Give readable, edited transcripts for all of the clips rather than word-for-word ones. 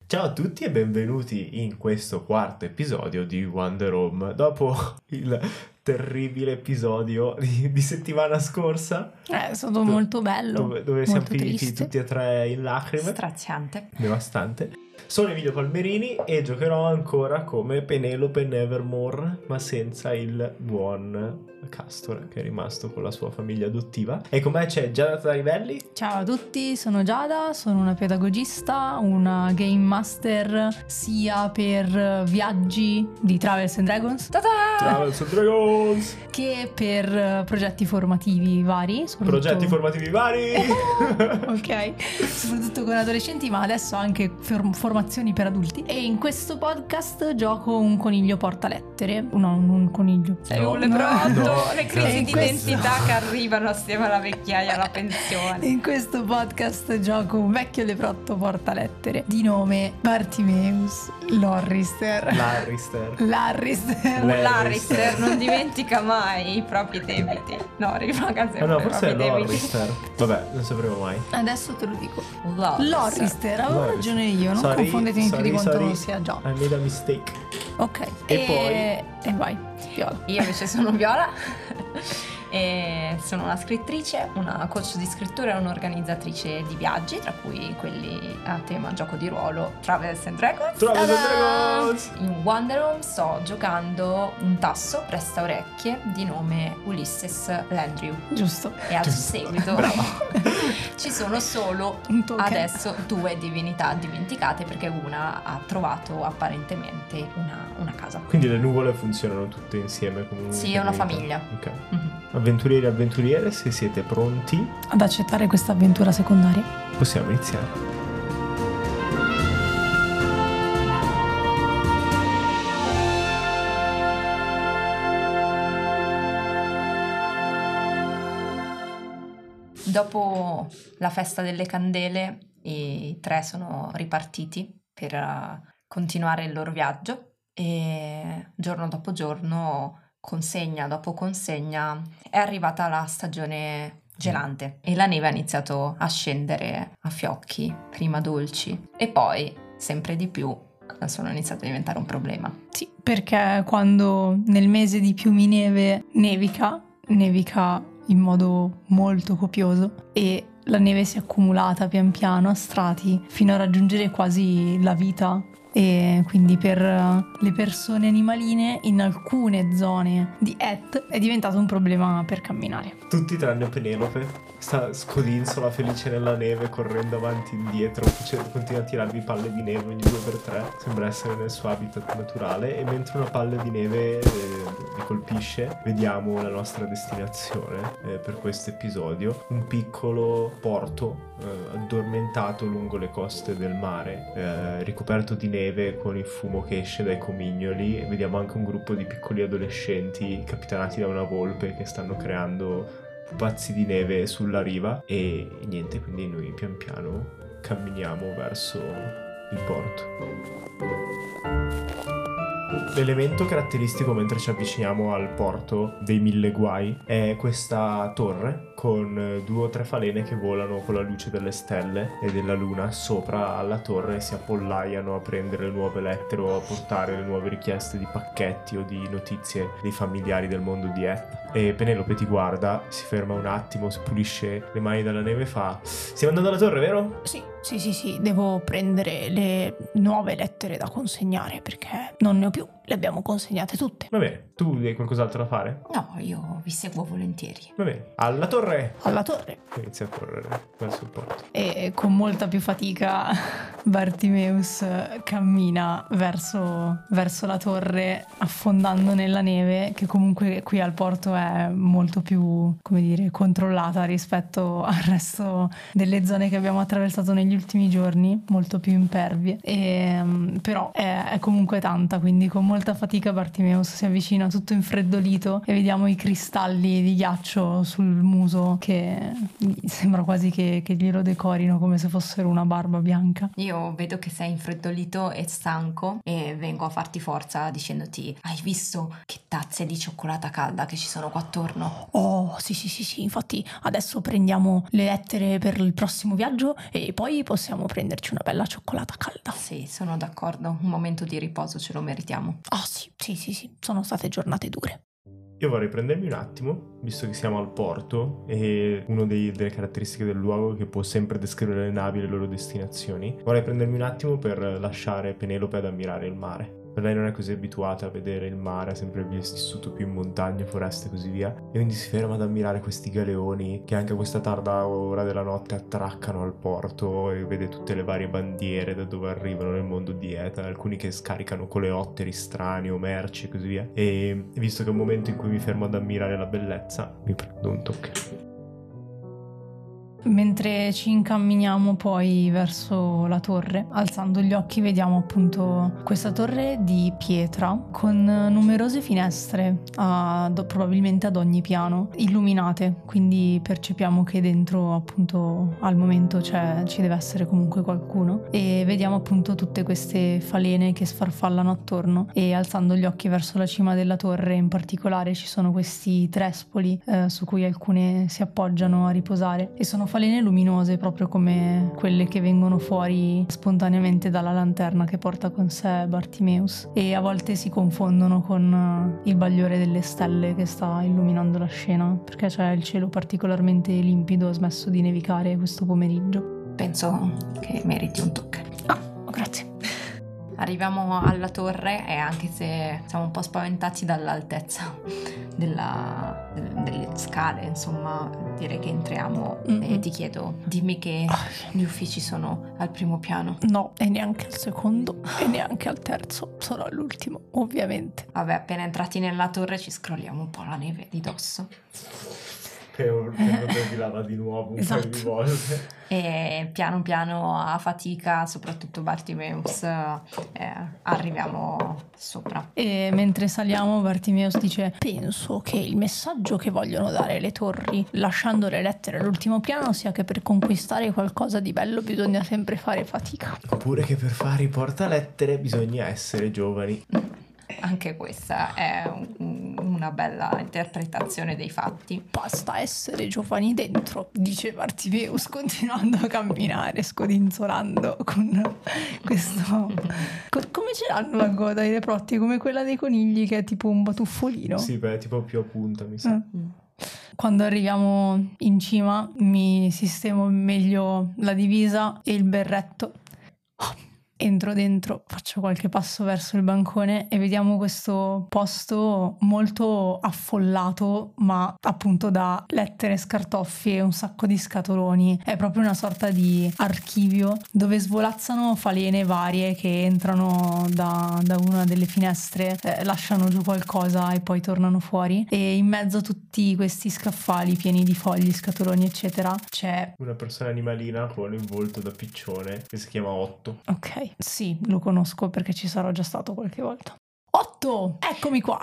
Ciao a tutti e benvenuti in questo quarto episodio di Wonder Home. Dopo il terribile episodio di settimana scorsa, È stato molto bello, dove siamo molto finiti triste. tutti e tre in lacrime. Straziante. Devastante. Sono Emilio Palmerini e giocherò ancora come Penelope Nevermore, ma senza il buon Castor, che è rimasto con la sua famiglia adottiva. E con me c'è Giada Tarivelli. Ciao a tutti, sono Giada, sono una pedagogista, una game master sia per viaggi di Travels and Dragons Travels and Dragons! che per progetti formativi vari. Progetti formativi vari! Ok, soprattutto con adolescenti, ma adesso anche formazioni per adulti. E in questo podcast gioco un coniglio portalettere. No, un coniglio. Sei No, un leprootto, no, le crisi in di questo- identità che arrivano assieme alla vecchiaia alla pensione. In questo podcast gioco un vecchio leprotto portalettere di nome Bartimeus Lorrister. Larrister. Larrister. Larrister non dimentica mai i propri debiti. No, ripaga sempre No, i forse è propri debiti. Lorrister. Vabbè, non sapremo mai. Adesso te lo dico. Lorrister. Lorrister, avevo Lorrister. ragione io, non Sorry, confondetemi più di quanto sorry. non sia già. I made a mistake. Ok. E E vai, Viola. Io invece sono Viola e sono una scrittrice, una coach di scrittura e un'organizzatrice di viaggi, tra cui quelli a tema gioco di ruolo Travels and Dragons. Travels and Ta-da! Dragons! In Wonder Home sto giocando un tasso presta orecchie di nome Ulysses Landrew Giusto. e al seguito Brava. ci sono solo Un token. adesso 2 divinità dimenticate perché una ha trovato apparentemente una casa. Quindi le nuvole funzionano tutte insieme come Sì, è una unità. famiglia. Ok. Mhm. Avventurieri e avventuriere, se siete pronti, Ad accettare questa avventura secondaria. possiamo iniziare. Dopo la festa delle candele i 3 sono ripartiti per continuare il loro viaggio e giorno dopo giorno, consegna dopo consegna, è arrivata la stagione gelante e la neve ha iniziato a scendere a fiocchi, prima dolci e poi sempre di più sono iniziate a diventare un problema. Sì, perché quando nel mese di piumineve nevica in modo molto copioso e la neve si è accumulata pian piano a strati fino a raggiungere quasi la vita e quindi per le persone animaline in alcune zone di Et è diventato un problema per camminare. Tutti tranne Penelope. Sta scodinzola felice nella neve, correndo avanti e indietro, continua a tirarvi palle di neve ogni 2x3. Sembra essere nel suo habitat naturale. E mentre una palla di neve vi colpisce, vediamo la nostra destinazione per questo episodio. Un piccolo porto addormentato lungo le coste del mare, ricoperto di neve con il fumo che esce dai comignoli. E vediamo anche un gruppo di piccoli adolescenti capitanati da una volpe che stanno creando pupazzi di neve sulla riva e niente, quindi noi pian piano camminiamo verso il porto. L'elemento caratteristico mentre ci avviciniamo al porto dei Mille Guai è questa torre con 2 o 3 falene che volano con la luce delle stelle e della luna sopra alla torre e si appollaiano a prendere le nuove lettere o a portare le nuove richieste di pacchetti o di notizie dei familiari del mondo di Et. E Penelope ti guarda, si ferma un attimo, si pulisce le mani dalla neve e fa: stiamo andando alla torre, vero? Sì, devo prendere le nuove lettere da consegnare perché non ne ho più, le abbiamo consegnate tutte. Va bene, tu hai qualcos'altro da fare? No, io vi seguo volentieri. Va bene, alla torre! Alla torre. Inizia a correre verso il porto. E con molta più fatica Bartimeus cammina verso la torre affondando nella neve che comunque qui al porto è molto più, come dire, controllata rispetto al resto delle zone che abbiamo attraversato negli ultimi giorni, molto più impervie però è comunque tanta, quindi con molta fatica Bartimeus si avvicina tutto infreddolito e vediamo i cristalli di ghiaccio sul muso che sembra quasi che glielo decorino come se fossero una barba bianca. Io vedo che sei infreddolito e stanco e vengo a farti forza dicendoti: hai visto che tazze di cioccolata calda che ci sono qua attorno? Oh, sì, infatti adesso prendiamo le lettere per il prossimo viaggio e poi possiamo prenderci una bella cioccolata calda. Sì, sono d'accordo, un momento di riposo ce lo meritiamo. Ah sì, sono state giornate dure. Io vorrei prendermi un attimo, visto che siamo al porto e una delle caratteristiche del luogo che può sempre descrivere le navi e le loro destinazioni, vorrei prendermi un attimo per lasciare Penelope ad ammirare il mare. Per lei non è così abituata a vedere il mare, ha sempre vissuto più in montagna, foreste e così via, e quindi si ferma ad ammirare questi galeoni che anche a questa tarda ora della notte attraccano al porto e vede tutte le varie bandiere da dove arrivano nel mondo di Eta, alcuni che scaricano coleotteri strani o merci e così via. E visto che è un momento in cui mi fermo ad ammirare la bellezza, mi prendo un tocco. Mentre ci incamminiamo poi verso la torre, alzando gli occhi vediamo appunto questa torre di pietra con numerose finestre, probabilmente ad ogni piano, illuminate, quindi percepiamo che dentro appunto al momento ci deve essere comunque qualcuno, e vediamo appunto tutte queste falene che sfarfallano attorno, e alzando gli occhi verso la cima della torre in particolare ci sono questi trespoli su cui alcune si appoggiano a riposare, e sono falene luminose proprio come quelle che vengono fuori spontaneamente dalla lanterna che porta con sé Bartimeus, e a volte si confondono con il bagliore delle stelle che sta illuminando la scena, perché c'è il cielo particolarmente limpido, ha smesso di nevicare questo pomeriggio. Penso che meriti un tocco. Grazie. Arriviamo alla torre e anche se siamo un po' spaventati dall'altezza delle scale, insomma, direi che entriamo e ti chiedo, dimmi che gli uffici sono al primo piano. No, e neanche al secondo e neanche al terzo, solo all'ultimo, ovviamente. Vabbè, appena entrati nella torre ci scrolliamo un po' la neve di dosso. Che di lava di nuovo un paio di volte. E piano piano, a fatica, soprattutto Bartimeus, arriviamo sopra. E mentre saliamo Bartimeus dice: penso che il messaggio che vogliono dare le torri lasciando le lettere all'ultimo piano sia che per conquistare qualcosa di bello bisogna sempre fare fatica, oppure che per fare i portalettere bisogna essere giovani. Anche questa è una bella interpretazione dei fatti. Basta essere giovani dentro, dice Bartimeus continuando a camminare, scodinzolando con questo... come ce l'hanno la coda i leprotti? Come quella dei conigli che è tipo un batuffolino? Sì, beh, tipo più a punta, mi sa. Quando arriviamo in cima mi sistemo meglio la divisa e il berretto. Entro dentro, faccio qualche passo verso il bancone e vediamo questo posto molto affollato, ma appunto da lettere, scartoffie e un sacco di scatoloni. È proprio una sorta di archivio dove svolazzano falene varie che entrano da una delle finestre, lasciano giù qualcosa e poi tornano fuori, e in mezzo a tutti questi scaffali pieni di fogli, scatoloni eccetera c'è una persona animalina con il volto da piccione che si chiama Otto. Ok, sì, lo conosco perché ci sarò già stato qualche volta. Otto, eccomi qua.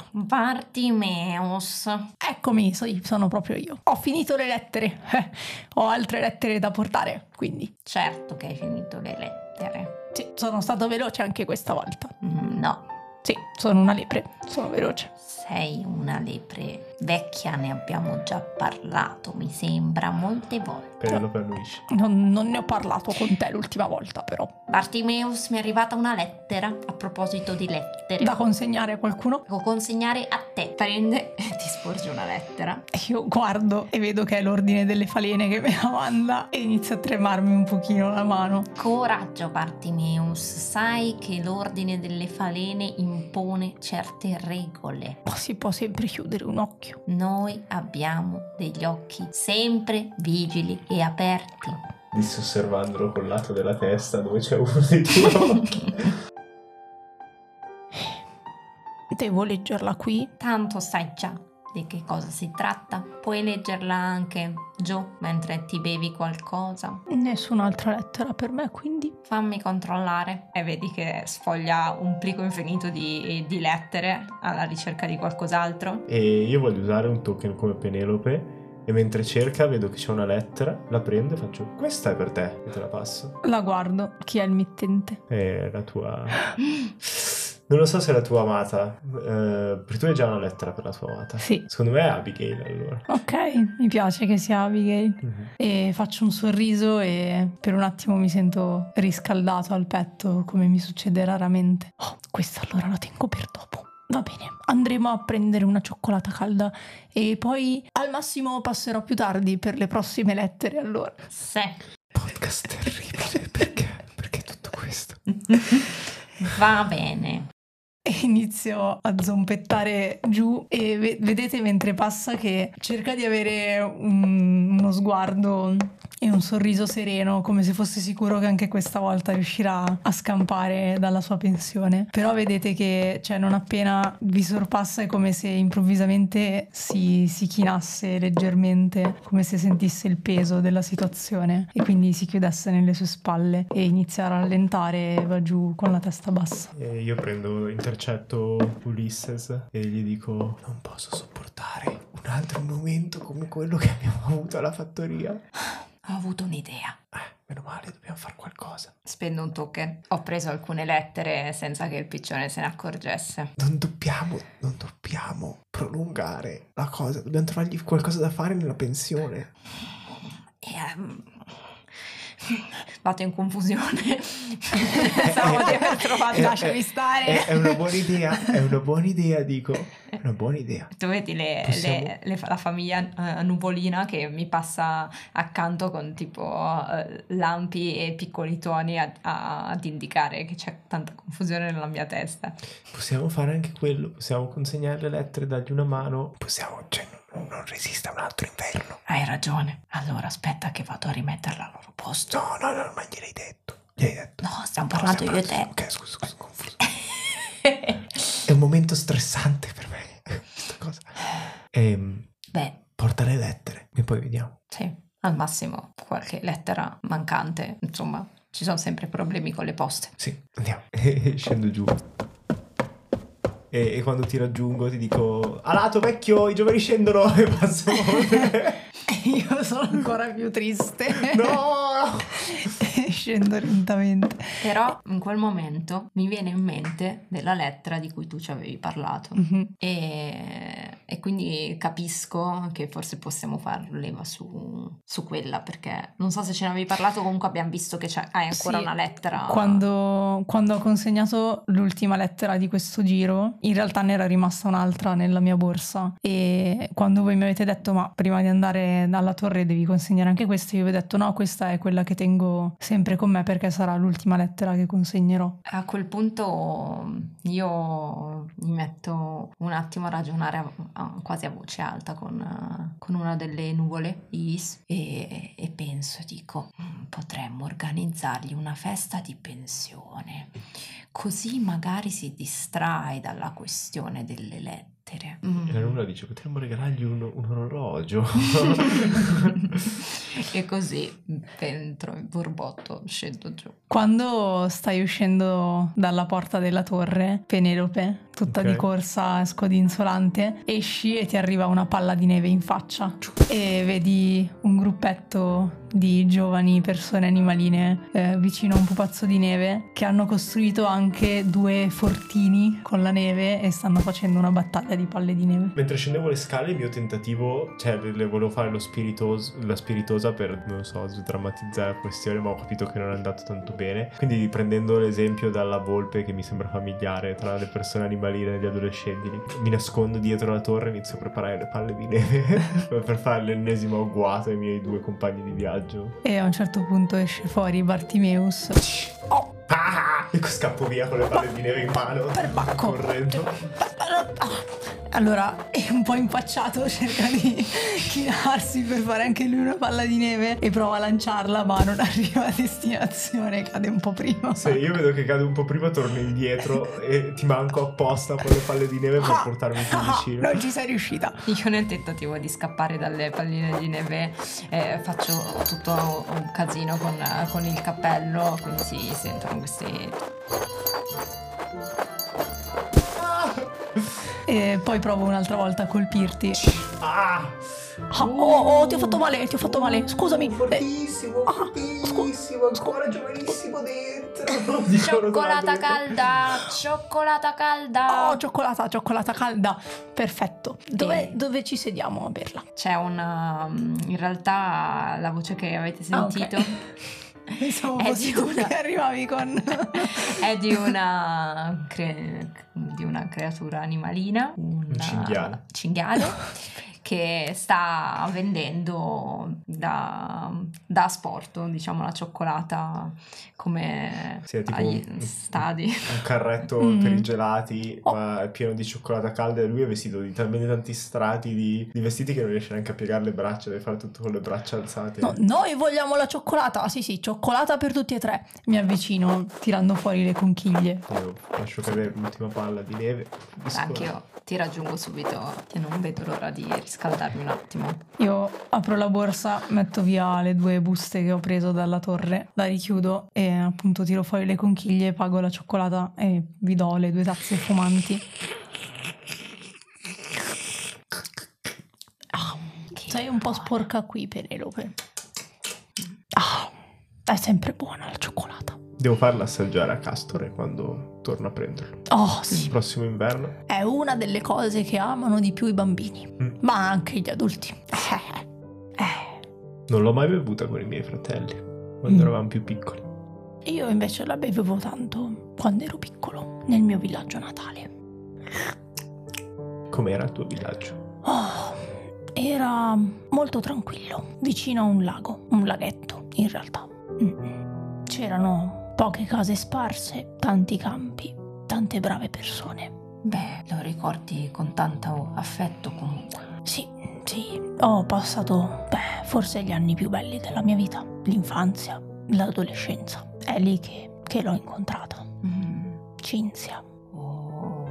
Bartimeus. Eccomi, sono proprio io. Ho finito le lettere. Ho altre lettere da portare, quindi. Certo che hai finito le lettere. Sì, sono stato veloce anche questa volta. No. Sì, sono una lepre, sono veloce. Sei una lepre vecchia, ne abbiamo già parlato, mi sembra, molte volte. Penelope annuisce. Non ne ho parlato con te l'ultima volta, però. Bartimeus, mi è arrivata una lettera, a proposito di lettere. Da consegnare a qualcuno? Devo consegnare a te. Prende e ti sporge una lettera. Io guardo e vedo che è l'ordine delle falene che me la manda e inizia a tremarmi un pochino la mano. Coraggio, Bartimeus, sai che l'ordine delle falene impone certe regole. Ma si può sempre chiudere un occhio. Noi abbiamo degli occhi sempre vigili e aperti. Disse osservandolo col lato della testa dove c'è uno dei tuoi occhi. Devo leggerla qui? Tanto sai già di che cosa si tratta? Puoi leggerla anche giù mentre ti bevi qualcosa? Nessun'altra lettera per me, quindi. Fammi controllare. E vedi che sfoglia un plico infinito di lettere alla ricerca di qualcos'altro. E io voglio usare un token come Penelope e mentre cerca vedo che c'è una lettera, la prendo e faccio questa è per te e te la passo. La guardo. Chi è il mittente? È la tua... Non lo so se è la tua amata, perché tu hai già una lettera per la tua amata. Sì. Secondo me è Abigail allora. Ok, mi piace che sia Abigail. Mhm. E faccio un sorriso e per un attimo mi sento riscaldato al petto, come mi succede raramente. Oh, questa allora la tengo per dopo. Va bene, andremo a prendere una cioccolata calda e poi al massimo passerò più tardi per le prossime lettere allora. Sì. Podcast terribile, perché? Perché tutto questo? Va bene. E inizio a zompettare giù e vedete mentre passa che cerca di avere uno sguardo e un sorriso sereno, come se fosse sicuro che anche questa volta riuscirà a scampare dalla sua pensione. Però vedete che, cioè, non appena vi sorpassa è come se improvvisamente si chinasse leggermente, come se sentisse il peso della situazione e quindi si chiudesse nelle sue spalle e inizia a rallentare e va giù con la testa bassa. E io intercetto Ulysses e gli dico non posso sopportare un altro momento come quello che abbiamo avuto alla fattoria. Ho avuto un'idea. Meno male, dobbiamo fare qualcosa. Spendo un token. Ho preso alcune lettere senza che il piccione se ne accorgesse. Non dobbiamo prolungare la cosa, dobbiamo trovargli qualcosa da fare nella pensione. Vado in confusione. Pensavo di aver trovato. Lasciami stare. È una buona idea, dico. È una buona idea. Tu vedi la famiglia Nuvolina che mi passa accanto con tipo lampi e piccoli tuoni ad indicare che c'è tanta confusione nella mia testa. Possiamo fare anche quello, possiamo consegnare le lettere, dargli una mano. Non resiste a un altro inverno. Hai ragione. Allora aspetta che vado a rimetterla al loro posto. No, ma gliel'hai detto. Gli hai detto. No, stiamo parlando io e te. Ok, scusa, confuso. È un momento stressante per me questa cosa. Beh, porta le lettere e poi vediamo. sì, al massimo qualche lettera mancante. Insomma, ci sono sempre problemi con le poste. Sì, andiamo. E scendo giù. E quando ti raggiungo ti dico a lato vecchio, i giovani scendono e passo. Io sono ancora più triste. No! E scendo lentamente. Però in quel momento mi viene in mente della lettera di cui tu ci avevi parlato. Mm-hmm. E quindi capisco che forse possiamo far leva su quella, perché non so se ce ne avevi parlato, comunque abbiamo visto che hai ancora sì, una lettera. Quando ho consegnato l'ultima lettera di questo giro, in realtà ne era rimasta un'altra nella mia borsa e quando voi mi avete detto ma prima di andare dalla torre devi consegnare anche questa, io vi ho detto no, questa è quella che tengo sempre con me perché sarà l'ultima lettera che consegnerò. A quel punto io mi metto un attimo a ragionare quasi a voce alta con una delle nuvole Iris e penso, dico, potremmo organizzargli una festa di pensione, così magari si distrae dalla questione delle lettere. E la nuvola dice potremmo regalargli un orologio. E così entro in borbotto, scendo giù. Quando stai uscendo dalla porta della torre, Penelope, tutta di corsa scodinzolante, esci e ti arriva una palla di neve in faccia e vedi un gruppetto di giovani persone animaline vicino a un pupazzo di neve che hanno costruito anche 2 fortini con la neve e stanno facendo una battaglia di palle di neve. Mentre scendevo le scale il mio tentativo, cioè le volevo fare la spiritosa per, non so, sdrammatizzare la questione, ma ho capito che non è andato tanto bene, quindi prendendo l'esempio dalla volpe che mi sembra familiare tra le persone animaline e gli adolescenti, mi nascondo dietro la torre e inizio a preparare le palle di neve per fare l'ennesimo agguato ai miei 2 compagni di viaggio. E a un certo punto esce fuori Bartimeus. Oh! Ah! E scappo via con le palle di neve in mano, Perbacco. correndo. Allora è un po' impacciato, cerca di chinarsi per fare anche lui una palla di neve e prova a lanciarla, ma non arriva a destinazione, cade un po' prima. Se io vedo che cade un po' prima, torno indietro e ti manco apposta con le palle di neve per portarmi più vicino. Non ci sei riuscita. Io nel tentativo di scappare dalle palline di neve faccio tutto un casino con il cappello, quindi si sentono questi... E poi provo un'altra volta a colpirti. Ah! Ti ho fatto male, scusami. Fortissimo, fortissimo, ancora giovanissimo dentro. Cioccolata calda, cioccolata calda. Oh, cioccolata calda. Perfetto. Dove ci sediamo a berla? C'è una... in realtà la voce che avete sentito... Ok. Pensavo fossi tu che arrivavi con... è di una creatura animalina, un cinghiale che sta vendendo da asporto, diciamo, la cioccolata come Sì, tipo agli stadi. Un carretto per i gelati, ma è pieno di cioccolata calda, e lui è vestito di talmente tanti strati di vestiti che non riesce neanche a piegare le braccia, deve fare tutto con le braccia alzate. No, noi vogliamo la cioccolata. Sì, cioccolata per tutti e tre. Mi avvicino tirando fuori le conchiglie. Io lascio cadere l'ultima palla di neve. Anche io ti raggiungo subito e non vedo l'ora di riscaldarmi un attimo. Io apro la borsa, metto via le 2 buste che ho preso dalla torre, la richiudo e appunto tiro fuori le conchiglie, pago la cioccolata e vi do le 2 tazze fumanti. Sei un po' sporca qui, Penelope. È sempre buona la cioccolata. Devo farla assaggiare a Castore quando torno a prenderlo. Oh sì, Il prossimo inverno. è una delle cose che amano di più i bambini, ma anche gli adulti. Non l'ho mai bevuta con i miei fratelli quando eravamo più piccoli. Io invece la bevevo tanto quando ero piccolo, nel mio villaggio natale. Com'era il tuo villaggio? Oh, era molto tranquillo, vicino a un lago, un laghetto in realtà. C'erano poche case sparse, tanti campi, tante brave persone. Beh, lo ricordi con tanto affetto comunque. Sì, ho passato, forse gli anni più belli della mia vita, l'infanzia, l'adolescenza. È lì che l'ho incontrata. Cinzia. Oh.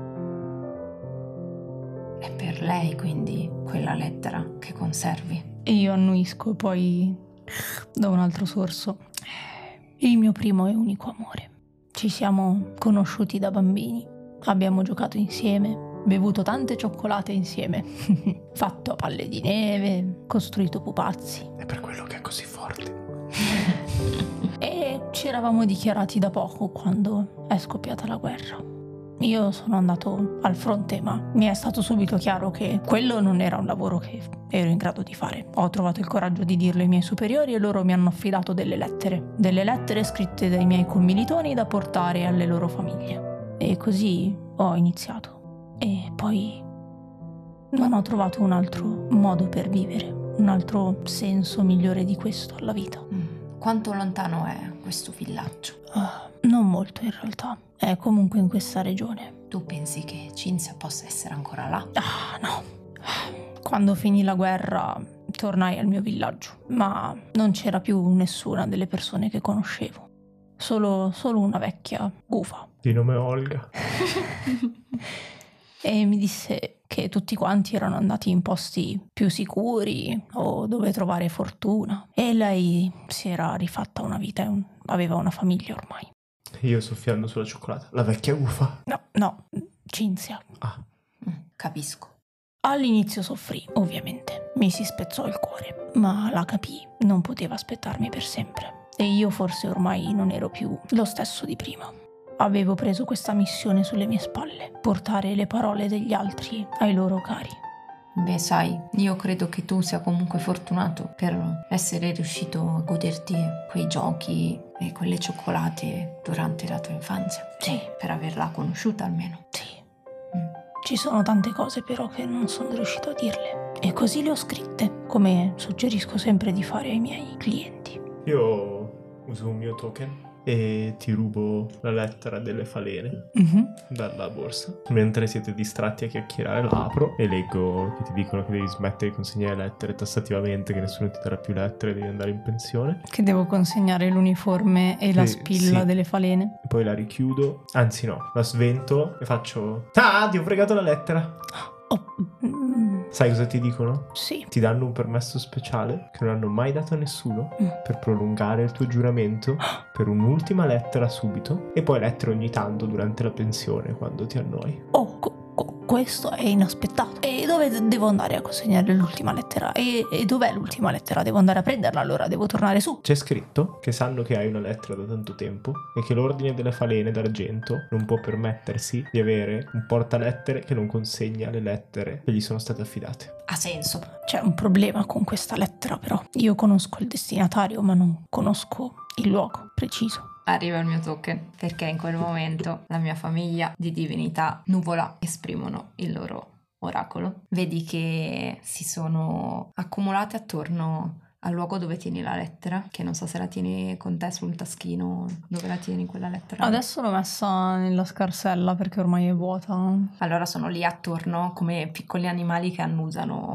È per lei quindi quella lettera che conservi? E io annuisco e poi do un altro sorso. Il mio primo e unico amore. Ci siamo conosciuti da bambini, abbiamo giocato insieme, bevuto tante cioccolate insieme, fatto palle di neve, costruito pupazzi. È per quello che è così forte. E ci eravamo dichiarati da poco quando è scoppiata la guerra. Io sono andato al fronte, ma mi è stato subito chiaro che quello non era un lavoro che ero in grado di fare. Ho trovato il coraggio di dirlo ai miei superiori e loro mi hanno affidato delle lettere scritte dai miei commilitoni da portare alle loro famiglie. E così ho iniziato. E poi non ho trovato un altro modo per vivere, un altro senso migliore di questo alla vita. Quanto lontano è questo villaggio? Non molto in realtà, è comunque in questa regione. Tu pensi che Cinzia possa essere ancora là? No. Quando finì la guerra tornai al mio villaggio, ma non c'era più nessuna delle persone che conoscevo. Solo una vecchia gufa. Di nome Olga. E mi disse che tutti quanti erano andati in posti più sicuri o dove trovare fortuna. E lei si era rifatta una vita e aveva una famiglia ormai. Io soffiando sulla cioccolata. La vecchia gufa? No, Cinzia. Capisco. All'inizio soffrì, ovviamente. Mi si spezzò il cuore, ma la capii. Non poteva aspettarmi per sempre. E io forse ormai non ero più lo stesso di prima. Avevo preso questa missione sulle mie spalle, portare le parole degli altri ai loro cari. Beh, sai, io credo che tu sia comunque fortunato per essere riuscito a goderti quei giochi e quelle cioccolate durante la tua infanzia. Sì. Per averla conosciuta almeno. Sì. Ci sono tante cose però che non sono riuscito a dirle. E così le ho scritte, come suggerisco sempre di fare ai miei clienti. Io uso un mio token e ti rubo la lettera delle falene Mhm. dalla borsa. Mentre siete distratti a chiacchierare la apro e leggo che ti dicono che devi smettere di consegnare lettere tassativamente, che nessuno ti darà più lettere, devi andare in pensione. Che devo consegnare l'uniforme e la spilla sì. delle falene. E poi la richiudo, anzi no, la svento e faccio: ah, ti ho fregato la lettera. Oh, Sai cosa ti dicono? sì. Ti danno un permesso speciale che non hanno mai dato a nessuno Mm. per prolungare il tuo giuramento per un'ultima lettera subito e poi lettere ogni tanto durante la pensione quando ti annoi. Oh, questo è inaspettato. E dove devo andare a consegnare l'ultima lettera? E dov'è l'ultima lettera? Devo andare a prenderla allora? Devo tornare su? C'è scritto che sanno che hai una lettera da tanto tempo e che l'ordine delle falene d'argento non può permettersi di avere un portalettere che non consegna le lettere che gli sono state affidate. Ha senso. C'è un problema con questa lettera però. Io conosco il destinatario ma non conosco il luogo preciso. Arriva il mio token, perché in quel momento la mia famiglia di divinità nuvola esprimono il loro oracolo. Vedi che si sono accumulate attorno al luogo dove tieni la lettera, che non so se la tieni con te sul taschino, dove la tieni quella lettera. Adesso l'ho messa nella scarsella perché ormai è vuota. Allora sono lì attorno come piccoli animali che annusano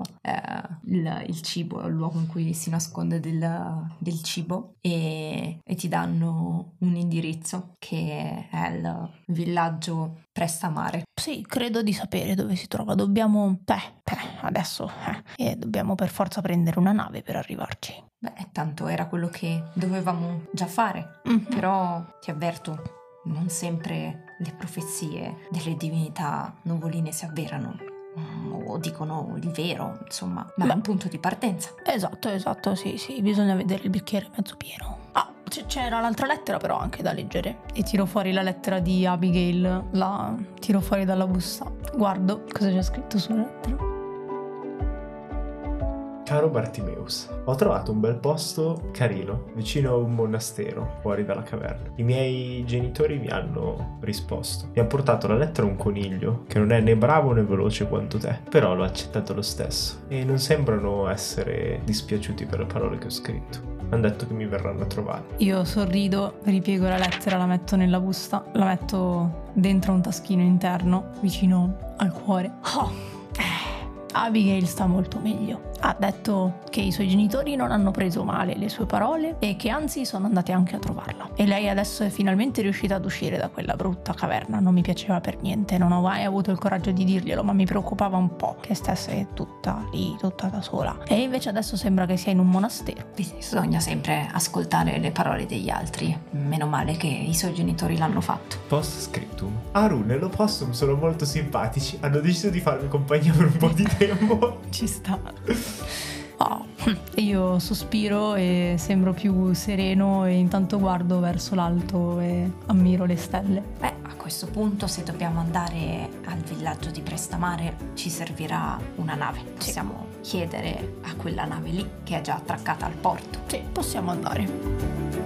il cibo, il luogo in cui si nasconde del cibo e ti danno un indirizzo che è il villaggio Prestamare. Sì, credo di sapere dove si trova. Dobbiamo... adesso... E dobbiamo per forza prendere una nave per arrivarci. Beh, tanto era quello che dovevamo già fare. Mhm. Però ti avverto, non sempre le profezie delle divinità nuvoline si avverano o dicono il vero, insomma, ma è un punto di partenza. Esatto, sì, bisogna vedere il bicchiere mezzo pieno. Ah, c'era l'altra lettera però anche da leggere. E tiro fuori la lettera di Abigail, la tiro fuori dalla busta. Guardo cosa c'è scritto sulla lettera. Caro Bartimeus, ho trovato un bel posto carino, vicino a un monastero, fuori dalla caverna. I miei genitori mi hanno risposto. Mi ha portato la lettera un coniglio, che non è né bravo né veloce quanto te, però l'ho accettato lo stesso. E non sembrano essere dispiaciuti per le parole che ho scritto. Hanno detto che mi verranno a trovare. Io sorrido, ripiego la lettera, la metto nella busta, la metto dentro un taschino interno, vicino al cuore. Abigail sta molto meglio. Ha detto che i suoi genitori non hanno preso male le sue parole e che anzi sono andati anche a trovarla. E lei adesso è finalmente riuscita ad uscire da quella brutta caverna. Non mi piaceva per niente, non ho mai avuto il coraggio di dirglielo, ma mi preoccupava un po' che stesse tutta lì, tutta da sola. E invece adesso sembra che sia in un monastero. Bisogna sempre ascoltare le parole degli altri. Meno male che i suoi genitori l'hanno fatto. Post scriptum. Arun e l'Opossum sono molto simpatici. Hanno deciso di farmi compagnia per un po' di tempo. Ci sta. Io sospiro e sembro più sereno e intanto guardo verso l'alto e ammiro le stelle. Beh, a questo punto se dobbiamo andare al villaggio di Prestamare ci servirà una nave. Possiamo chiedere a quella nave lì che è già attraccata al porto. Sì, possiamo andare.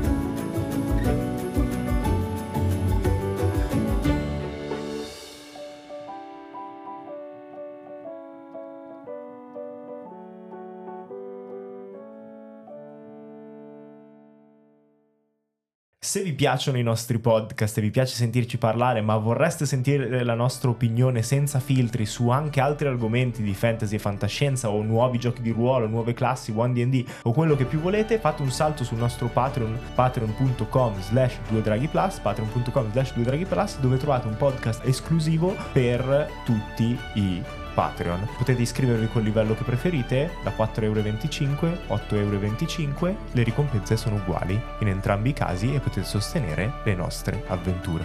Se vi piacciono i nostri podcast e vi piace sentirci parlare, ma vorreste sentire la nostra opinione senza filtri su anche altri argomenti di fantasy e fantascienza o nuovi giochi di ruolo, nuove classi, One D&D o quello che più volete, fate un salto sul nostro Patreon, patreon.com/2draghiplus, patreon.com/2draghiplus, dove trovate un podcast esclusivo per tutti i Patreon. Potete iscrivervi col livello che preferite, da 4,25€, 8,25€, le ricompense sono uguali in entrambi i casi e potete sostenere le nostre avventure.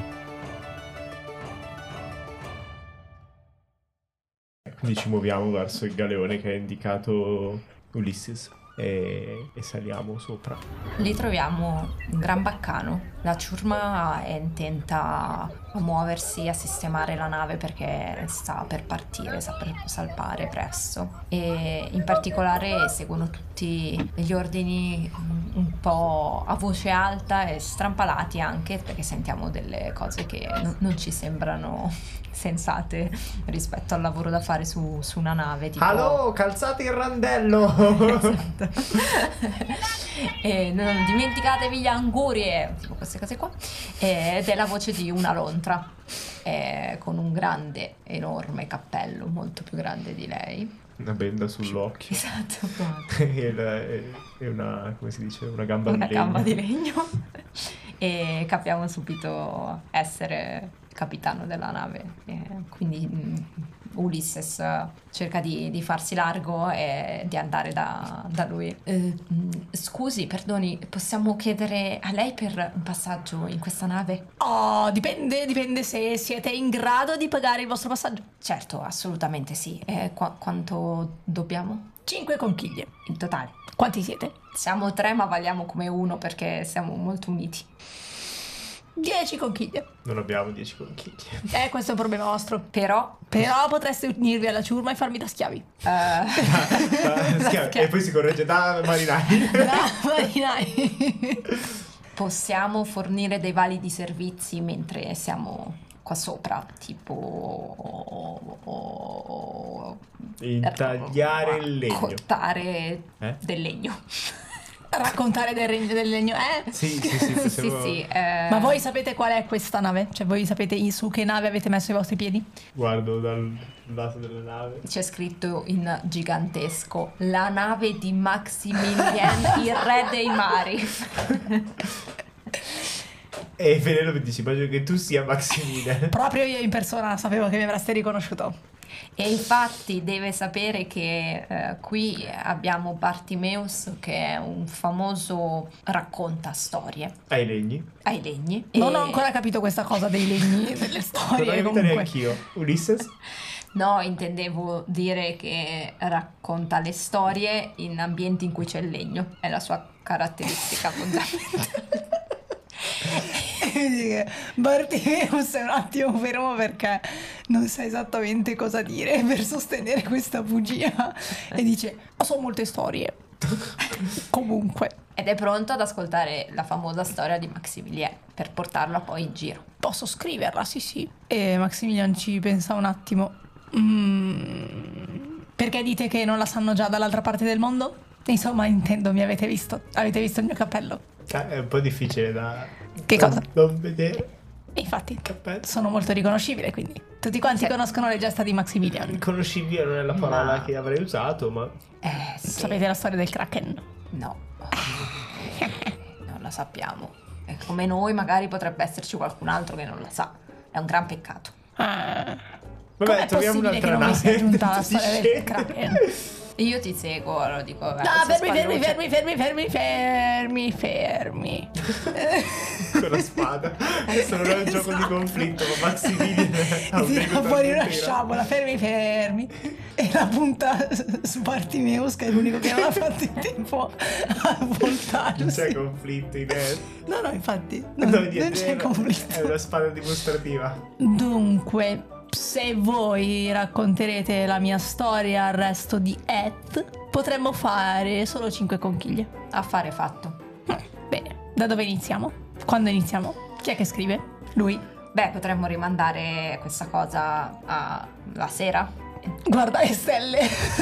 Quindi ci muoviamo verso il galeone che ha indicato Ulysses e saliamo sopra. Lì troviamo un gran baccano. La ciurma è intenta a muoversi, a sistemare la nave perché sta per partire, sta per salpare presto. E in particolare seguono tutti gli ordini un po' a voce alta e strampalati anche, perché sentiamo delle cose che non ci sembrano sensate rispetto al lavoro da fare su una nave. Tipo... Allo, calzate il randello! Esatto. Esatto. E non dimenticatevi gli angurie, tipo queste cose qua. Ed è la voce di una lontra con un grande, enorme cappello, molto più grande di lei. Una benda sull'occhio. Esatto. E una, come si dice, una gamba Una di legno. gamba di legno. E capiamo subito essere il capitano della nave. Quindi Ulysses cerca di farsi largo e di andare da lui. Scusi, perdoni, possiamo chiedere a lei per un passaggio in questa nave? Oh, dipende se siete in grado di pagare il vostro passaggio. Certo, assolutamente sì. Quanto dobbiamo? 5 conchiglie. In totale? Quanti siete? Siamo 3 ma valiamo come 1 perché siamo molto uniti. 10 conchiglie. Non abbiamo 10 conchiglie. Questo è un problema vostro. Però potreste unirvi alla ciurma e farmi da schiavi. E poi si corregge da marinai. Marinai. possiamo fornire dei validi servizi mentre siamo qua sopra, tipo intagliare il legno, cortare del legno. Raccontare del legno, Sì, possiamo... sì. Ma voi sapete qual è questa nave? Cioè voi sapete su che nave avete messo i vostri piedi? Guardo dal lato della nave. C'è scritto in gigantesco: la nave di Maximilien, il re dei mari. E Penelope dici, immagino che tu sia Maximilian. Proprio io in persona sapevo che mi avreste riconosciuto. E infatti deve sapere che qui abbiamo Bartimeus, che è un famoso racconta storie Ai legni. ai legni. Non ho ancora capito questa cosa dei legni, delle Non storie ho capito comunque. neanch'io. Ulysses? No, intendevo dire che racconta le storie in ambienti in cui c'è il legno, è la sua caratteristica fondamentale. Bartimeus è un attimo fermo perché non sa esattamente cosa dire per sostenere questa bugia e dice: so molte storie. Comunque Ed è pronto ad ascoltare la famosa storia di Maximilien per portarla poi in giro. posso scriverla, sì. E Maximilian ci pensa un attimo. Perché dite che non la sanno già dall'altra parte del mondo? Insomma, intendo, mi avete visto il mio cappello? È un po' difficile da... Che cosa? Non vedere. E infatti Cappello. sono molto riconoscibile, quindi tutti quanti conoscono le gesta di Maximilian. Conoscibile non è la parola che avrei usato, ma... Sì. Sapete la storia del Kraken? No. Non la sappiamo. E come noi magari potrebbe esserci qualcun altro che non la sa. È un gran peccato. Vabbè, Com'è troviamo possibile che un'altra non mi sia nave. giunta la Tutti storia del scemi. Kraken? Io ti seguo, allora dico... No, fermi. Con la spada. Questo non è un gioco di conflitto, ma Maximilian ha un Tira ego fuori una intero. sciabola, fermi. E la punta su Bartimeus, che è l'unico che non ha fatto in tempo a voltarsi. Non c'è conflitto in No, infatti, No, non niente, c'è conflitto. È una spada dimostrativa. Dunque, se voi racconterete la mia storia al resto di Eth, potremmo fare solo 5 conchiglie. Affare fatto. Bene, da dove iniziamo? Quando iniziamo? Chi è che scrive? Lui? Beh, potremmo rimandare questa cosa alla sera. Guarda le stelle.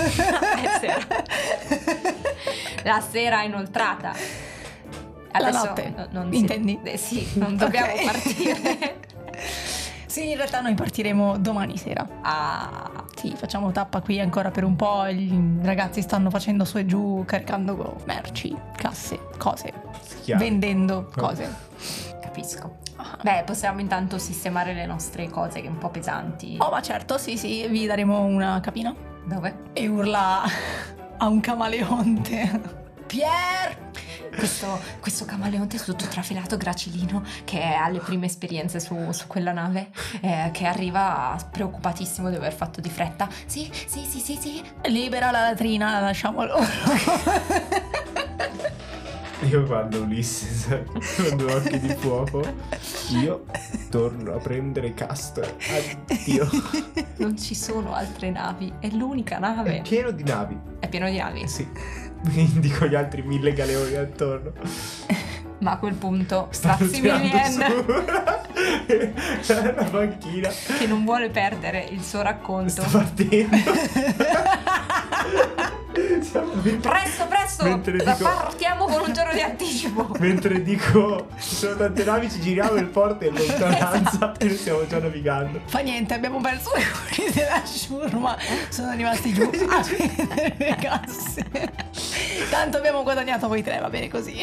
La sera inoltrata. La notte, non intendi? sì, non dobbiamo Ok. partire. Sì, in realtà noi partiremo domani sera. Ah, Sì, facciamo tappa qui ancora per un po'. I ragazzi stanno facendo su e giù, caricando merci, casse, cose, Chiaro. vendendo cose. capisco. Beh, possiamo intanto sistemare le nostre cose che è un po' pesanti. Oh, ma certo, sì, vi daremo una capina. Dove? E urla a un camaleonte. Pier! Questo camaleonte è tutto trafilato, gracilino, che ha le prime esperienze su quella nave, che arriva preoccupatissimo di aver fatto di fretta. Sì. Libera la latrina, la lasciamo loro. Io guardo Ulysses con due occhi di fuoco. Io torno a prendere Castor. Addio. Non ci sono altre navi, è l'unica È nave. pieno di navi. È pieno di navi. Sì. Indico gli altri 1000 galeoni attorno. Ma a quel punto Stanno tirando Maximilien, su la banchina. che non vuole perdere il suo racconto, Sta partendo. Presto! Mentre dico- Partiamo con un giorno di anticipo. Mentre dico ci sono tante navi, ci giriamo il porto in lontananza e noi stiamo già navigando. Fa niente, abbiamo perso le curi della ciurma. Sono rimasti giù a prendere le casse. Tanto abbiamo guadagnato voi tre, va bene così.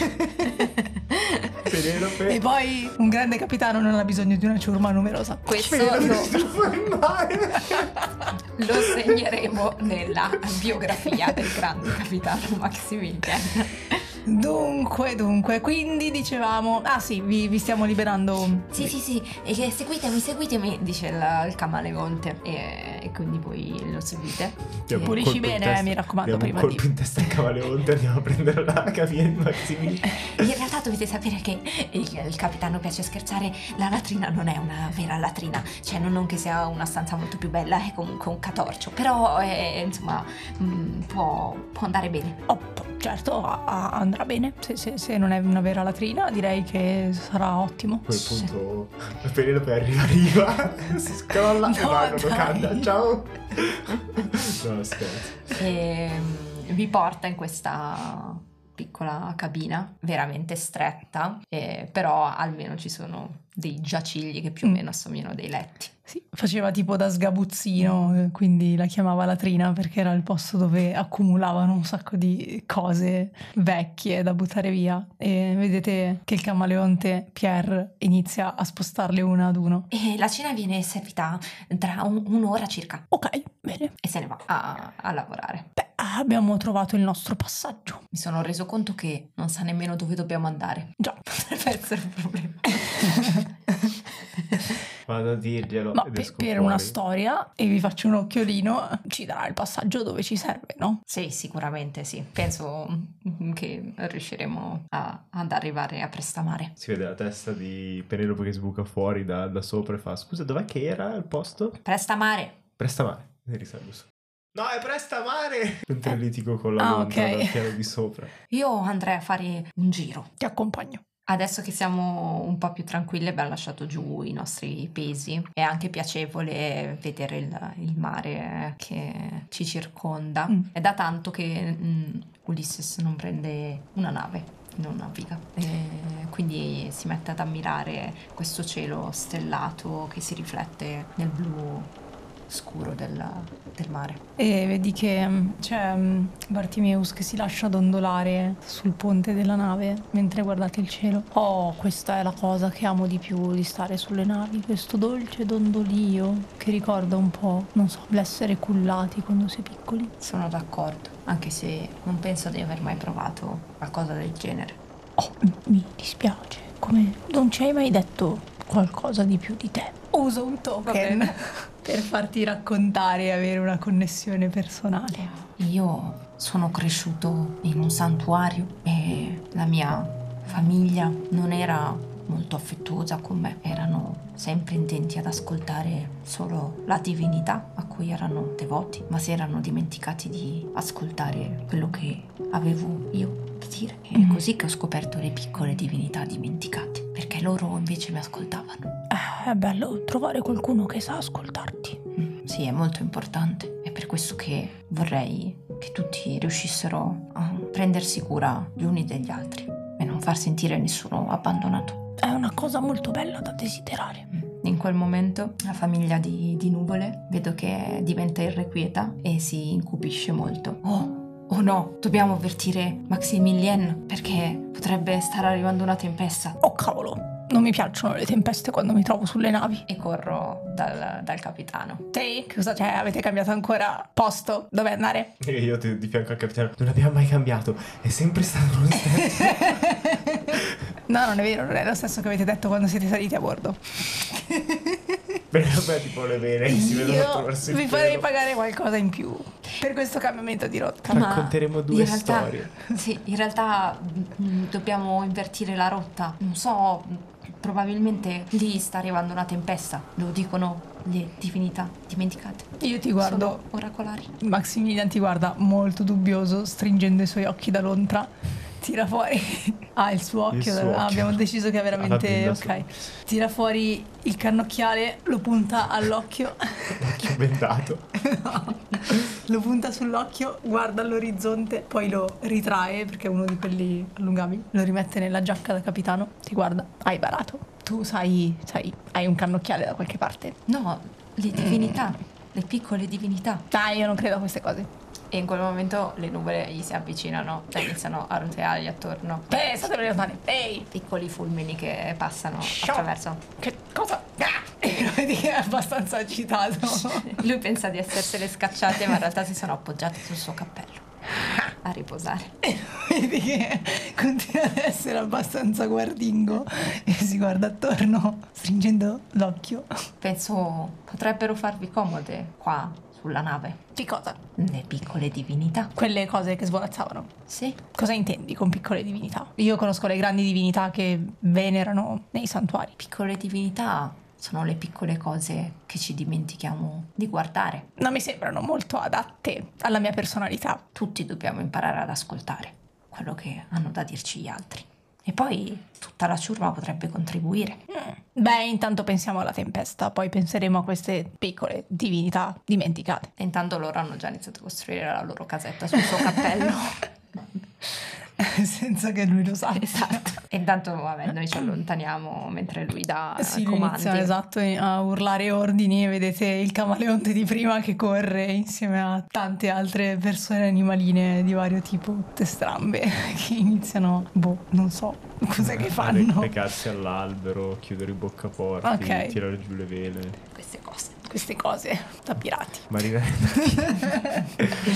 Penelope. E poi un grande capitano non ha bisogno di una ciurma numerosa. Questo Penelope si trova in mare. lo segneremo nella biografia del grande capitano Maximilian. Dunque, quindi dicevamo... Ah sì, vi stiamo liberando. Sì, e che seguitemi, dice il camaleonte. E quindi voi lo seguite. Diamo un Pulisci colpo in bene, testa. mi raccomando, Diamo prima un colpo in testa al camaleonte, andiamo a prendere la cabina di Maximiliano. In realtà dovete sapere che il capitano piace scherzare. La latrina non è una vera latrina. Cioè non che sia una stanza molto più bella, è comunque un catorcio. Però insomma può andare bene. Certo, andrà bene. Se non è una vera latrina, direi che sarà ottimo. A quel punto Penelope arriva, si scrolla e No, Mago dai. canta. Ciao. No, scherzo. E vi porta in questa piccola cabina veramente stretta, però almeno ci sono dei giacigli che più o meno assomigliano dei letti. Sì, faceva tipo da sgabuzzino, quindi la chiamava latrina perché era il posto dove accumulavano un sacco di cose vecchie da buttare via. E vedete che il camaleonte Pierre inizia a spostarle una ad uno. E la cena viene servita tra un'ora circa Ok, bene. e se ne va a lavorare. Beh, abbiamo trovato il nostro passaggio. Mi sono reso conto che non sa nemmeno dove dobbiamo andare. Già. Potrebbe essere un problema. Vado a dirglielo Ma ed esco per fuori. una storia, e vi faccio un occhiolino, ci darà il passaggio dove ci serve, no? Sì, sicuramente sì. Penso che riusciremo ad arrivare a Prestamare. Si vede la testa di Penelope che sbuca fuori da sopra e fa: scusa, dov'è che era il posto? Prestamare! Prestamare. E risalgo su. No, è Prestamare! Mentre litigo con la Londra ok. dal piano di sopra. Io andrei a fare un giro. Ti accompagno. Adesso che siamo un po' più tranquilli, abbiamo lasciato giù i nostri pesi. È anche piacevole vedere il mare che ci circonda. È da tanto che Ulysses non prende una nave, non naviga. Quindi si mette ad ammirare questo cielo stellato che si riflette nel blu scuro del mare. E vedi che c'è Bartimeus che si lascia dondolare sul ponte della nave mentre guardate il cielo. Oh, questa è la cosa che amo di più di stare sulle navi, questo dolce dondolio che ricorda un po', non so, l'essere cullati quando si è piccoli. Sono d'accordo, anche se non penso di aver mai provato qualcosa del genere. Oh, mi dispiace, come non ci hai mai detto qualcosa di più di te. Uso un token per farti raccontare e avere una connessione personale. Io sono cresciuto in un santuario e la mia famiglia non era molto affettuosa con me. Erano sempre intenti ad ascoltare solo la divinità a cui erano devoti, ma si erano dimenticati di ascoltare quello che avevo io da dire. È così che ho scoperto le piccole divinità dimenticate, perché loro invece mi ascoltavano. È bello trovare qualcuno che sa ascoltarti. Sì, è molto importante. È per questo che vorrei che tutti riuscissero a prendersi cura gli uni degli altri e non far sentire nessuno abbandonato. È una cosa molto bella da desiderare. In quel momento la famiglia di Nuvole vedo che diventa irrequieta e si incupisce molto. Oh no, dobbiamo avvertire Maximilien perché potrebbe stare arrivando una tempesta. Oh cavolo, non mi piacciono le tempeste quando mi trovo sulle navi. E corro dal capitano. Sì, cosa c'è? Avete cambiato ancora posto? Dove andare? E io di fianco al capitano: non abbiamo mai cambiato, è sempre stato lo stesso. No, non è vero, non è lo stesso che avete detto quando siete saliti a bordo. Penelope tipo le vene che si vedono attraverso il vi farei pelo. pagare qualcosa in più per questo cambiamento di rotta. Ma Racconteremo due in realtà- storie. Sì, in realtà dobbiamo invertire la rotta. Non so, probabilmente lì sta arrivando una tempesta. Lo dicono le divinità dimenticate. Io ti guardo, Sono oracolari. Maximilian ti guarda molto dubbioso, stringendo i suoi occhi da lontra. Tira fuori. Ah, il suo occhio. suo occhio. Abbiamo deciso che è veramente. Alla Ok. pinna Tira fuori il cannocchiale, lo punta all'occhio. Occhio bendato. Lo punta sull'occhio, guarda all'orizzonte, poi lo ritrae perché è uno di quelli allungabili, lo rimette nella giacca da capitano, ti guarda, hai barato. Tu sai, hai un cannocchiale da qualche parte. No, le divinità, le piccole divinità. Io non credo a queste cose. E in quel momento le nuvole gli si avvicinano e iniziano a roteargli attorno. State lontani. Ehi! Piccoli fulmini che passano Sciò. attraverso. Che cosa? E lo vedi che è abbastanza agitato. Lui pensa di essersele scacciate, ma in realtà si sono appoggiate sul suo cappello a riposare. Vedi che continua ad essere abbastanza guardingo e si guarda attorno, stringendo l'occhio. Penso potrebbero farvi comode qua sulla nave. Di cosa? Le piccole divinità. Quelle cose che svolazzavano. Sì. Cosa intendi con piccole divinità? Io conosco le grandi divinità che venerano nei santuari. Piccole divinità sono le piccole cose che ci dimentichiamo di guardare. Non mi sembrano molto adatte alla mia personalità. Tutti dobbiamo imparare ad ascoltare quello che hanno da dirci gli altri. E poi tutta la ciurma potrebbe contribuire. Beh, intanto pensiamo alla tempesta, poi penseremo a queste piccole divinità dimenticate. E intanto loro hanno già iniziato a costruire la loro casetta sul suo cappello. Senza che lui lo sappia. Esatto. E intanto, vabbè, noi ci allontaniamo mentre lui dà comandi. Inizia, esatto, a urlare ordini e vedete il camaleonte di prima che corre insieme a tante altre persone animaline di vario tipo, tutte strambe, che iniziano, non so, cos'è che fanno. Legarsi all'albero, chiudere i boccaporti, Ok. tirare giù le vele. Queste cose da pirati. Marinare.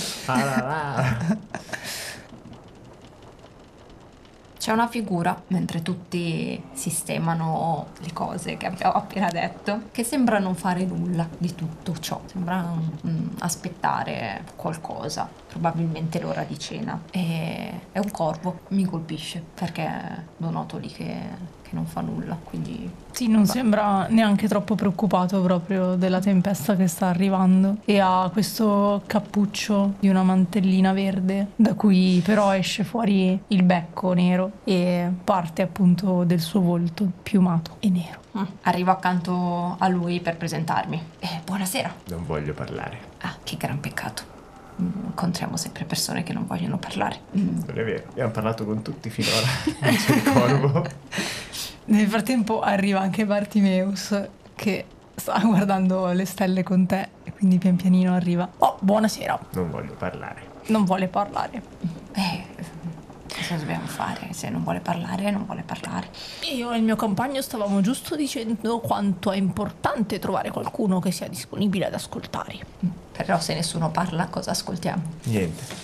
C'è una figura, mentre tutti sistemano le cose che abbiamo appena detto, che sembra non fare nulla di tutto ciò. Sembra aspettare qualcosa, probabilmente l'ora di cena. E è un corvo, mi colpisce, perché lo noto lì che non fa nulla, quindi... Sì, non sembra neanche troppo preoccupato proprio della tempesta che sta arrivando e ha questo cappuccio di una mantellina verde da cui però esce fuori il becco nero e parte appunto del suo volto piumato e nero. Arrivo accanto a lui per presentarmi. Buonasera. Non voglio parlare. Ah, che gran peccato. Incontriamo sempre persone che non vogliono parlare. Non è vero, abbiamo parlato con tutti finora. Dice il corvo. Nel frattempo arriva anche Bartimeus che sta guardando le stelle con te e quindi pian pianino arriva. Oh, buonasera. Non voglio parlare. Non vuole parlare. Cosa dobbiamo fare? Se non vuole parlare, non vuole parlare. Io e il mio compagno stavamo giusto dicendo quanto è importante trovare qualcuno che sia disponibile ad ascoltare. Però se nessuno parla, cosa ascoltiamo? Niente.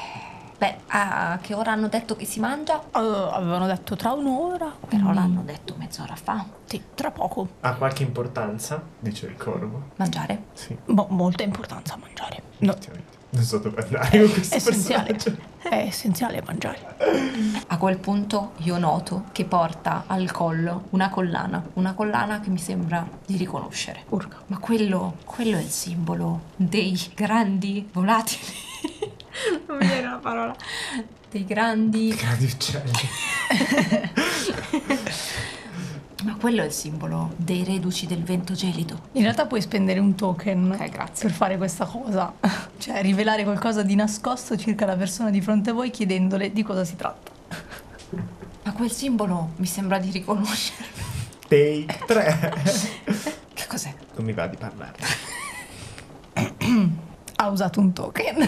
A che ora hanno detto che si mangia? Avevano detto tra un'ora. Però l'hanno detto mezz'ora fa. Sì, tra poco. Ha qualche importanza? Dice il corvo. Mangiare? Sì. Molta importanza a mangiare. No, Effettivamente. Non so dove andare con questo essenziale. personaggio. È essenziale mangiare. A quel punto io noto che porta al collo una collana che mi sembra di riconoscere. Urca. Ma quello è il simbolo dei grandi volatili. Non mi viene la parola. Dei grandi uccelli. Ma quello è il simbolo dei reduci del vento gelido. In realtà puoi spendere un token Ok, grazie. per fare questa cosa. Cioè rivelare qualcosa di nascosto circa la persona di fronte a voi chiedendole di cosa si tratta. Ma quel simbolo mi sembra di riconoscerlo. Take 3. Che cos'è? Non mi va di parlare. Ha usato un token.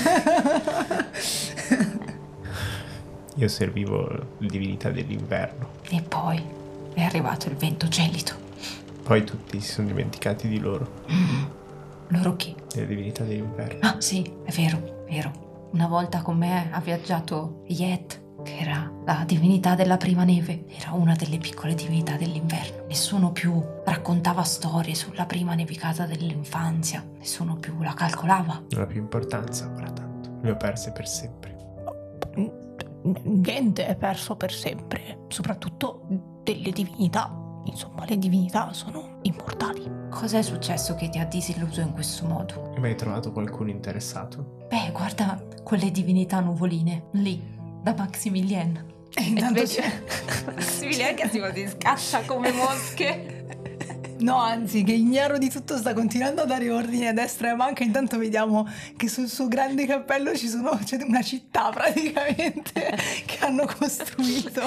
Io servivo le divinità dell'inverno. E poi è arrivato il vento gelido. Poi tutti si sono dimenticati di loro. Loro chi? Le divinità dell'inverno. Ah, sì, è vero. Una volta con me ha viaggiato Yet, che era la divinità della prima neve. Era una delle piccole divinità dell'inverno. Nessuno più raccontava storie sulla prima nevicata dell'infanzia. Nessuno più la calcolava. Non ha più importanza ora tanto. Le ho perse per sempre. Niente è perso per sempre, soprattutto delle divinità. Insomma, le divinità sono immortali. Cos'è successo che ti ha disilluso in questo modo? Hai mai trovato qualcuno interessato? Guarda quelle divinità nuvoline, lì, da Maximilien. E intanto Maximilien che si scaccia come mosche. No, anzi, che ignaro di tutto, sta continuando a dare ordini a destra e a manca. Intanto vediamo che sul suo grande cappello c'è una città praticamente che hanno costruito.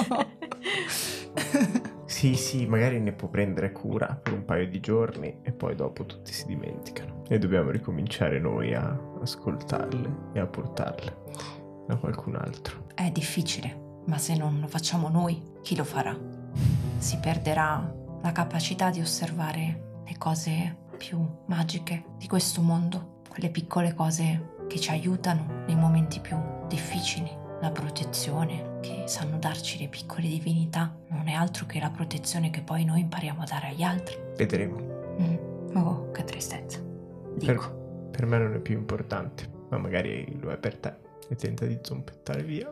Sì, magari ne può prendere cura per un paio di giorni e poi dopo tutti si dimenticano. E dobbiamo ricominciare noi a ascoltarle e a portarle da qualcun altro. È difficile, ma se non lo facciamo noi, chi lo farà? Si perderà la capacità di osservare le cose più magiche di questo mondo, quelle piccole cose che ci aiutano nei momenti più difficili, la protezione che sanno darci le piccole divinità, non è altro che la protezione che poi noi impariamo a dare agli altri. Vedremo. Oh, che tristezza. Dico. Per me non è più importante, ma magari lo è per te e tenta di zompettare via.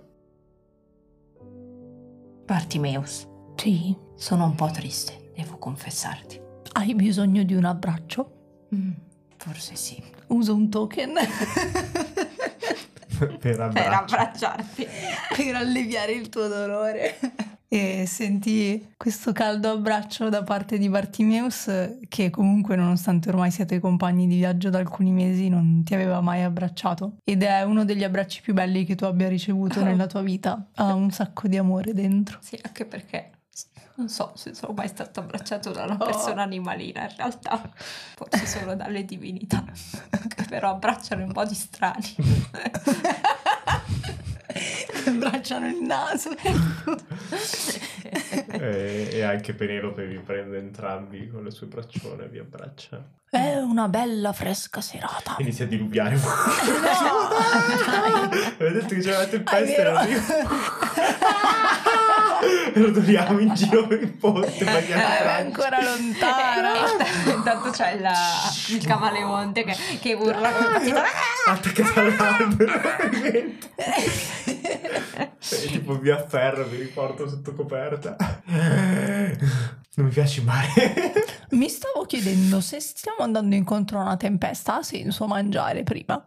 Bartimeus, Sì. sono un po' triste, devo confessarti. Hai bisogno di un abbraccio? Forse sì. Uso un token Per abbracciarti. per alleviare il tuo dolore. E senti questo caldo abbraccio da parte di Bartimeus, che comunque, nonostante ormai siete compagni di viaggio da alcuni mesi, non ti aveva mai abbracciato. Ed è uno degli abbracci più belli che tu abbia ricevuto nella tua vita. Ha un sacco di amore dentro. Sì, anche perché non so se sono mai stato abbracciato da una persona animalina, in realtà, forse solo dalle divinità, che però abbracciano in modi strani. Abbracciano il naso. E anche Penelope vi prende entrambi con le sue braccione e vi abbraccia. È una bella fresca serata. Inizia a diluviare. No, Avete detto che c'era la tempesta È vero. e lo togliamo in giro per il ponte. È ancora lontana. Intanto c'è il camaleonte che urla come attaccato all'albero. E tipo vi afferro, vi riporto sotto coperta. Non mi piace il mare. Mi stavo chiedendo se stiamo andando incontro a una tempesta, ha senso mangiare prima?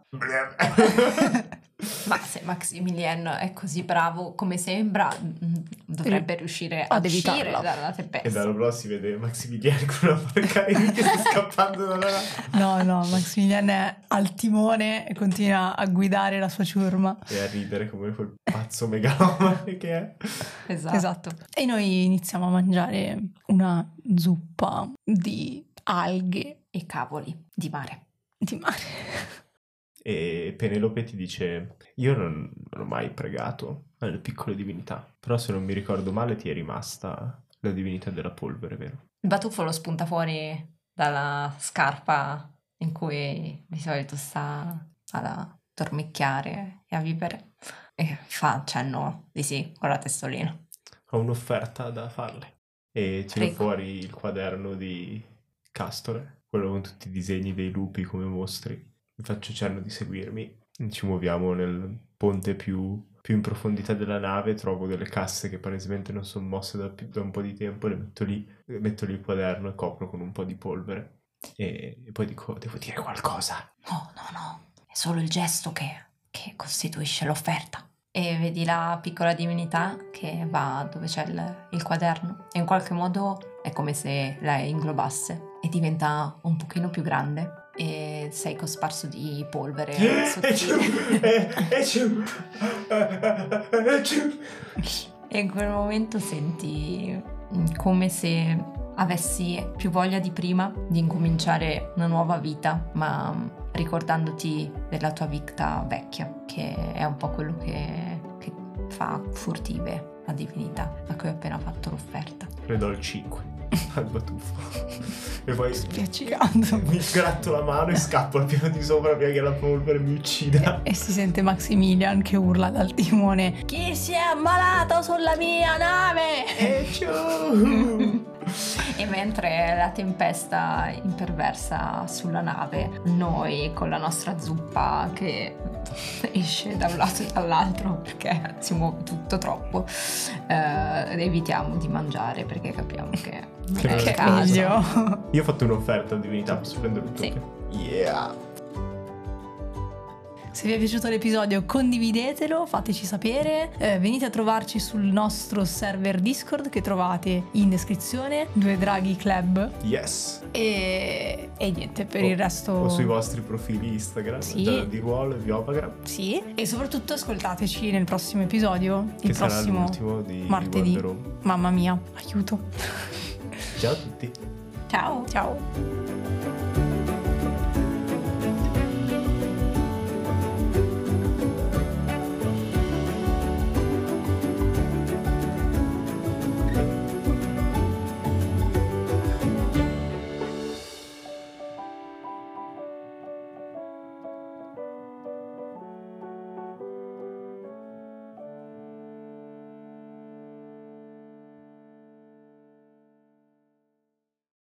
Ma se Maximilien è così bravo come sembra, dovrebbe riuscire ad ad uscire evitarla. dalla E tempesta. dall'altro lato si vede Maximiliano con una barca che sta scappando dalla nave. No, Maximilian è al timone e continua a guidare la sua ciurma. E a ridere come quel pazzo megalomane che è. Esatto. E noi iniziamo a mangiare una zuppa di alghe E cavoli, di mare. di mare. E Penelope ti dice: io non ho mai pregato alle piccole divinità, però se non mi ricordo male ti è rimasta la divinità della polvere, vero? Il batuffolo spunta fuori dalla scarpa in cui di solito sta a dormicchiare e a vivere e fa cenno di sì con la testolina. Ho un'offerta da farle. E tiro Prego. fuori il quaderno di Castore, quello con tutti i disegni dei lupi come mostri. Vi faccio cenno di seguirmi. Ci muoviamo nel ponte più in profondità della nave. Trovo delle casse che palesemente non sono mosse da un po' di tempo. Le metto lì il quaderno e copro con un po' di polvere. E poi dico: devo dire qualcosa. No, è solo il gesto che costituisce l'offerta. E vedi la piccola divinità che va dove c'è il quaderno e in qualche modo è come se la inglobasse e diventa un pochino più grande e sei cosparso di polvere sottile. E in quel momento senti come se avessi più voglia di prima di incominciare una nuova vita, ma ricordandoti della tua vita vecchia, che è un po' quello che fa furtive la divinità a cui ho appena fatto l'offerta. Le do il 5 al batuffo. E poi Spiaccicando. mi gratto la mano e scappo al piano di sopra prima che la polvere mi uccida. E si sente Maximilian che urla dal timone: chi si è ammalato sulla mia nave? E ciao! E mentre la tempesta imperversa sulla nave, noi con la nostra zuppa che esce da un lato e dall'altro perché si muove tutto troppo, evitiamo di mangiare perché capiamo che non Che è non il è caso. Meglio. Io ho fatto un'offerta a divinità, posso prendere un Sì. token? Yeah! Se vi è piaciuto l'episodio condividetelo, fateci sapere, venite a trovarci sul nostro server Discord che trovate in descrizione, Due Draghi Club. Yes. E niente, per il resto... O sui vostri profili Instagram, Sì. di ruolo e Viovagram. Sì, e soprattutto ascoltateci nel prossimo episodio, Che il sarà prossimo l'ultimo di martedì. Wonder Home. Mamma mia, aiuto. Ciao a tutti. Ciao. Ciao.